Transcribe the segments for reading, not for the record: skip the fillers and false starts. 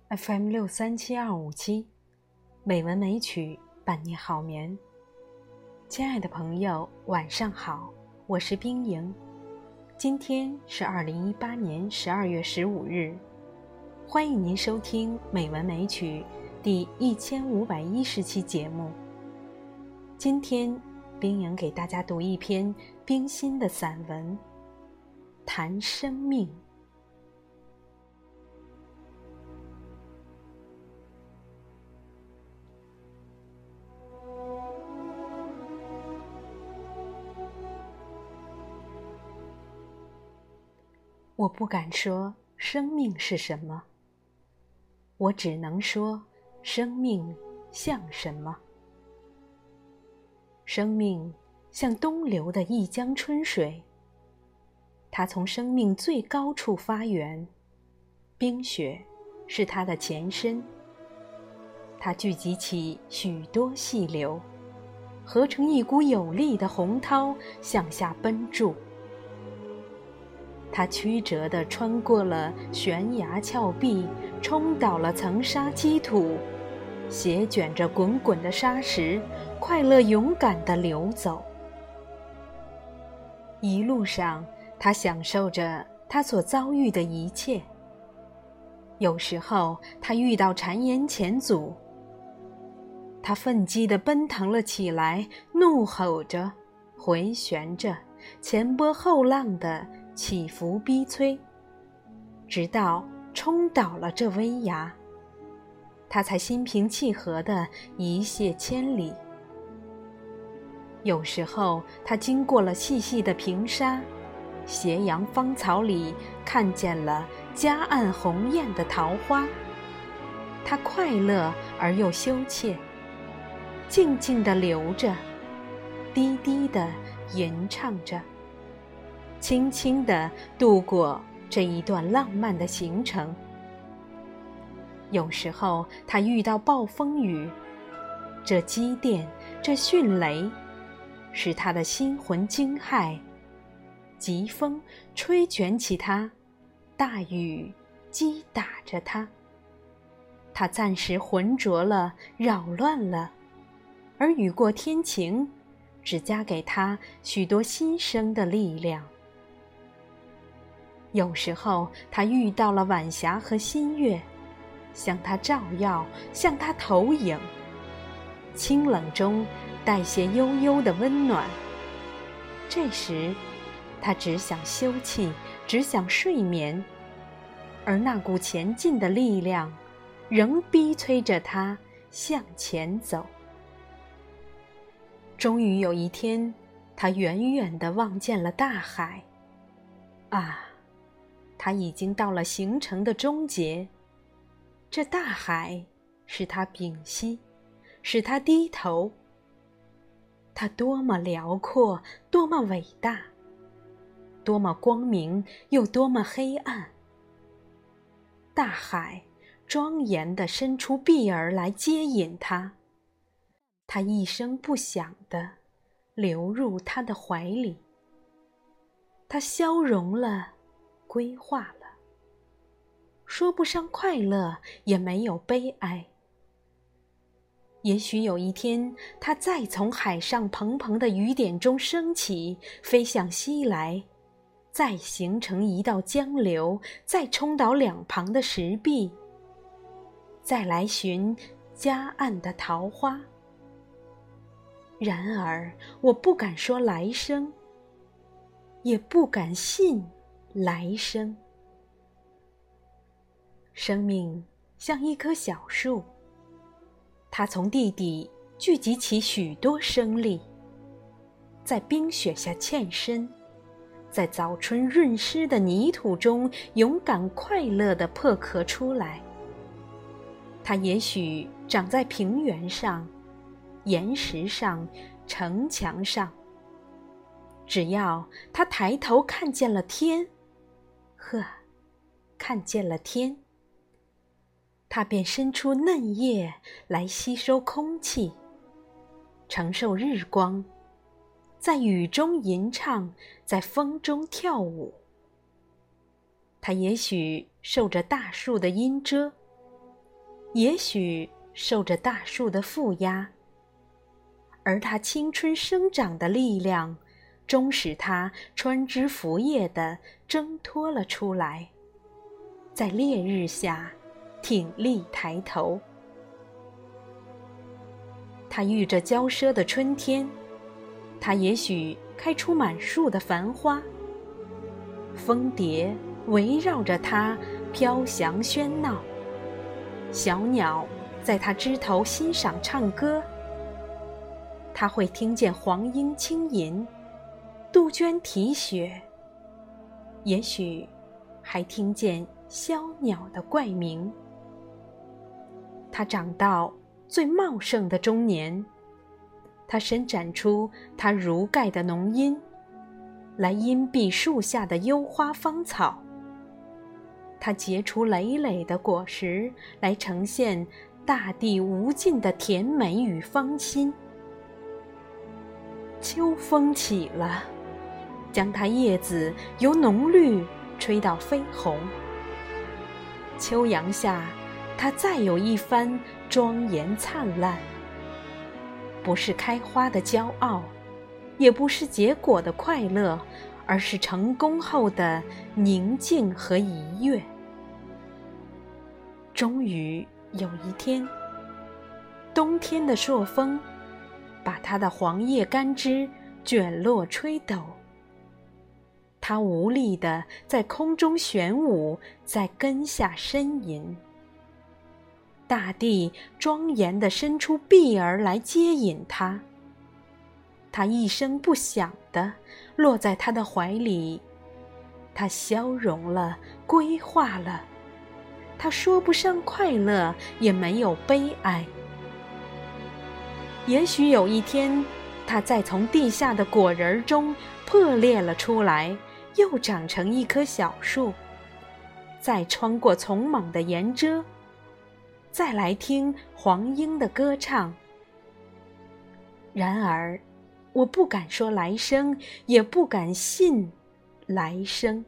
FM637257，美文美曲伴你好眠。亲爱的朋友，晚上好，我是冰莹。今天是2018年12月15日，欢迎您收听美文美曲第1510期节目。今天冰莹给大家读一篇冰心的散文《谈生命》。我不敢说生命是什么，我只能说生命像什么。生命像东流的一江春水，它从生命最高处发源，冰雪是它的前身，它聚集起许多细流，合成一股有力的洪涛向下奔注。它曲折地穿过了悬崖峭壁，冲倒了层沙积土，斜卷着滚滚的沙石，快乐勇敢地流走。一路上，它享受着它所遭遇的一切。有时候，它遇到谗言险阻，它奋激地奔腾了起来，怒吼着，回旋着，前波后浪地起伏逼催，直到冲倒了这危崖，他才心平气和地一泻千里。有时候他经过了细细的平沙，斜阳芳草里看见了夹岸红艳的桃花，他快乐而又羞怯，静静地流着，低低地吟唱着，轻轻地度过这一段浪漫的行程。有时候他遇到暴风雨，这激电，这迅雷，使他的心魂惊骇，疾风吹卷起他，大雨击打着他，他暂时浑浊了，扰乱了，而雨过天晴只加给他许多新生的力量。有时候他遇到了晚霞和新月，向他照耀，向他投影，清冷中带些悠悠的温暖。这时他只想休憩，只想睡眠，而那股前进的力量仍逼催着他向前走。终于有一天，他远远地望见了大海。啊，他已经到了行程的终结，这大海使他屏息，使他低头。它多么辽阔，多么伟大，多么光明，又多么黑暗。大海庄严地伸出臂儿来接引他，他一声不响地流入他的怀里。他消融了，归化了，说不上快乐，也没有悲哀。也许有一天，他再从海上蓬蓬的雨点中升起，飞向西来，再形成一道江流，再冲倒两旁的石壁，再来寻夹岸的桃花。然而，我不敢说来生，也不敢信来生。生命像一棵小树，它从地底聚集起许多生力，在冰雪下欠身，在早春润湿的泥土中勇敢快乐地破壳出来。它也许长在平原上、岩石上、城墙上，只要他抬头看见了天，看见了天，它便伸出嫩叶来吸收空气，承受日光，在雨中吟唱，在风中跳舞。它也许受着大树的阴遮， 也许受着大树的负压，而它青春生长的力量终使它穿枝拂叶地挣脱了出来，在烈日下挺立抬头。它遇着骄奢的春天，它也许开出满树的繁花，蜂蝶围绕着它飘翔喧闹，小鸟在它枝头欣赏唱歌。它会听见黄莺轻吟，杜鹃啼血，也许还听见枭鸟的怪鸣。它长到最茂盛的中年，它伸展出它如盖的浓荫，来荫蔽树下的幽花芳草。它结出累累的果实，来呈现大地无尽的甜美与芳馨。秋风起了，将它叶子由浓绿吹到绯红。秋阳下，它再有一番庄严灿烂，不是开花的骄傲，也不是结果的快乐，而是成功后的宁静和愉悦。终于有一天，冬天的朔风把它的黄叶干枝卷落吹抖，它无力地在空中旋舞，在根下呻吟。大地庄严地伸出臂儿来接引它，它一声不响地落在他的怀里，它消融了，归化了，它说不上快乐，也没有悲哀。也许有一天，它再从地下的果仁中破裂了出来，又长成一棵小树，再穿过丛莽的岩遮，再来听黄莺的歌唱。然而，我不敢说来生，也不敢信来生。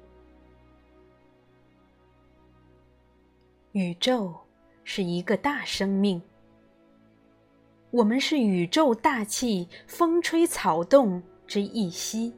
宇宙是一个大生命，我们是宇宙大气风吹草动之一息。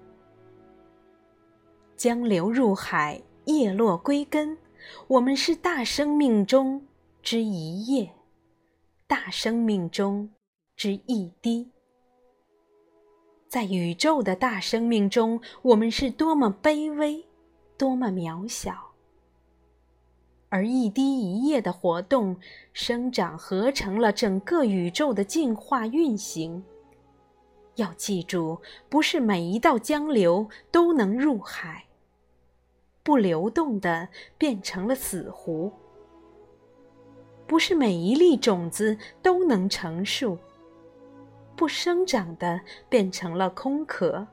江流入海，叶落归根，我们是大生命中之一叶，大生命中之一滴。在宇宙的大生命中，我们是多么卑微，多么渺小。而一滴一叶的活动生长，合成了整个宇宙的进化运行。要记住，不是每一道江流都能入海，不流动的变成了死湖；不是每一粒种子都能成树，不生长的变成了空壳。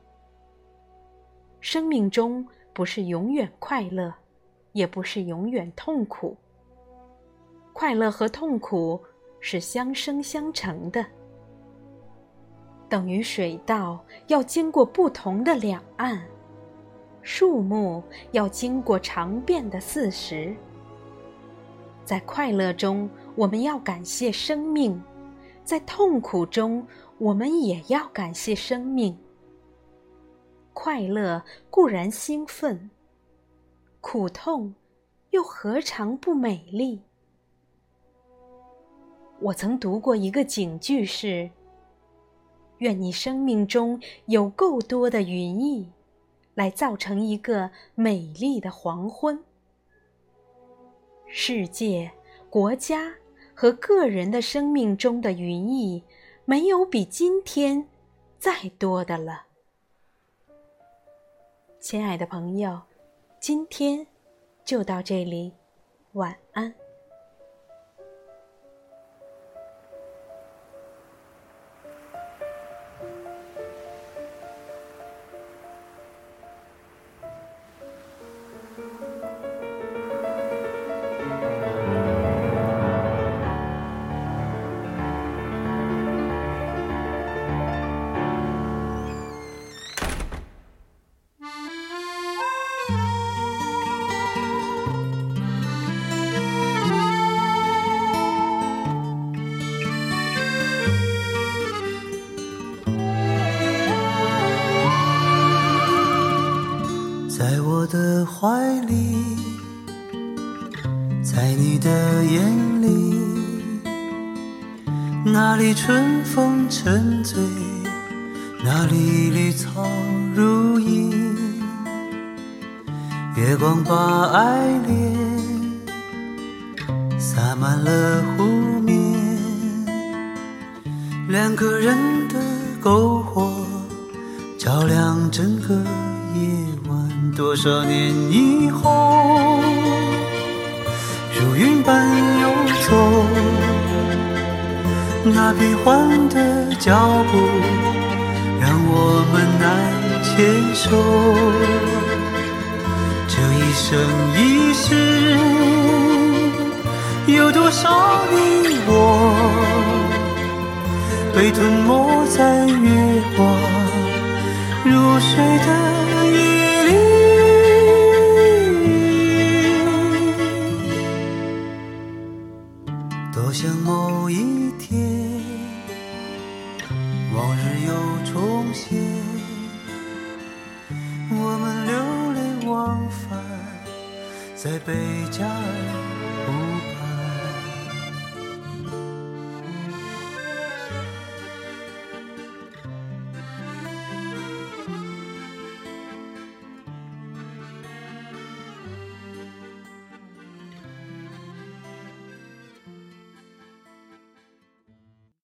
生命中不是永远快乐，也不是永远痛苦，快乐和痛苦是相生相成的，等于水道要经过不同的两岸，树木要经过长变的四时。在快乐中，我们要感谢生命；在痛苦中，我们也要感谢生命。快乐固然兴奋，苦痛又何尝不美丽？我曾读过一个警句是：愿你生命中有够多的云翳，来造成一个美丽的黄昏。世界、国家和个人的生命中的云翳，没有比今天再多的了。亲爱的朋友，今天就到这里，晚安。 在你的眼里，哪里春风沉醉，哪里绿草如茵。月光把爱恋洒满了湖面，两个人的篝火照亮整个夜晚。多少年以后，如云般游走，那变幻的脚步让我们难牵手。这一生一世，有多少你我被吞没在月光如水的夜里。多想某一天，往日又重现，我们流连忘返在贝加尔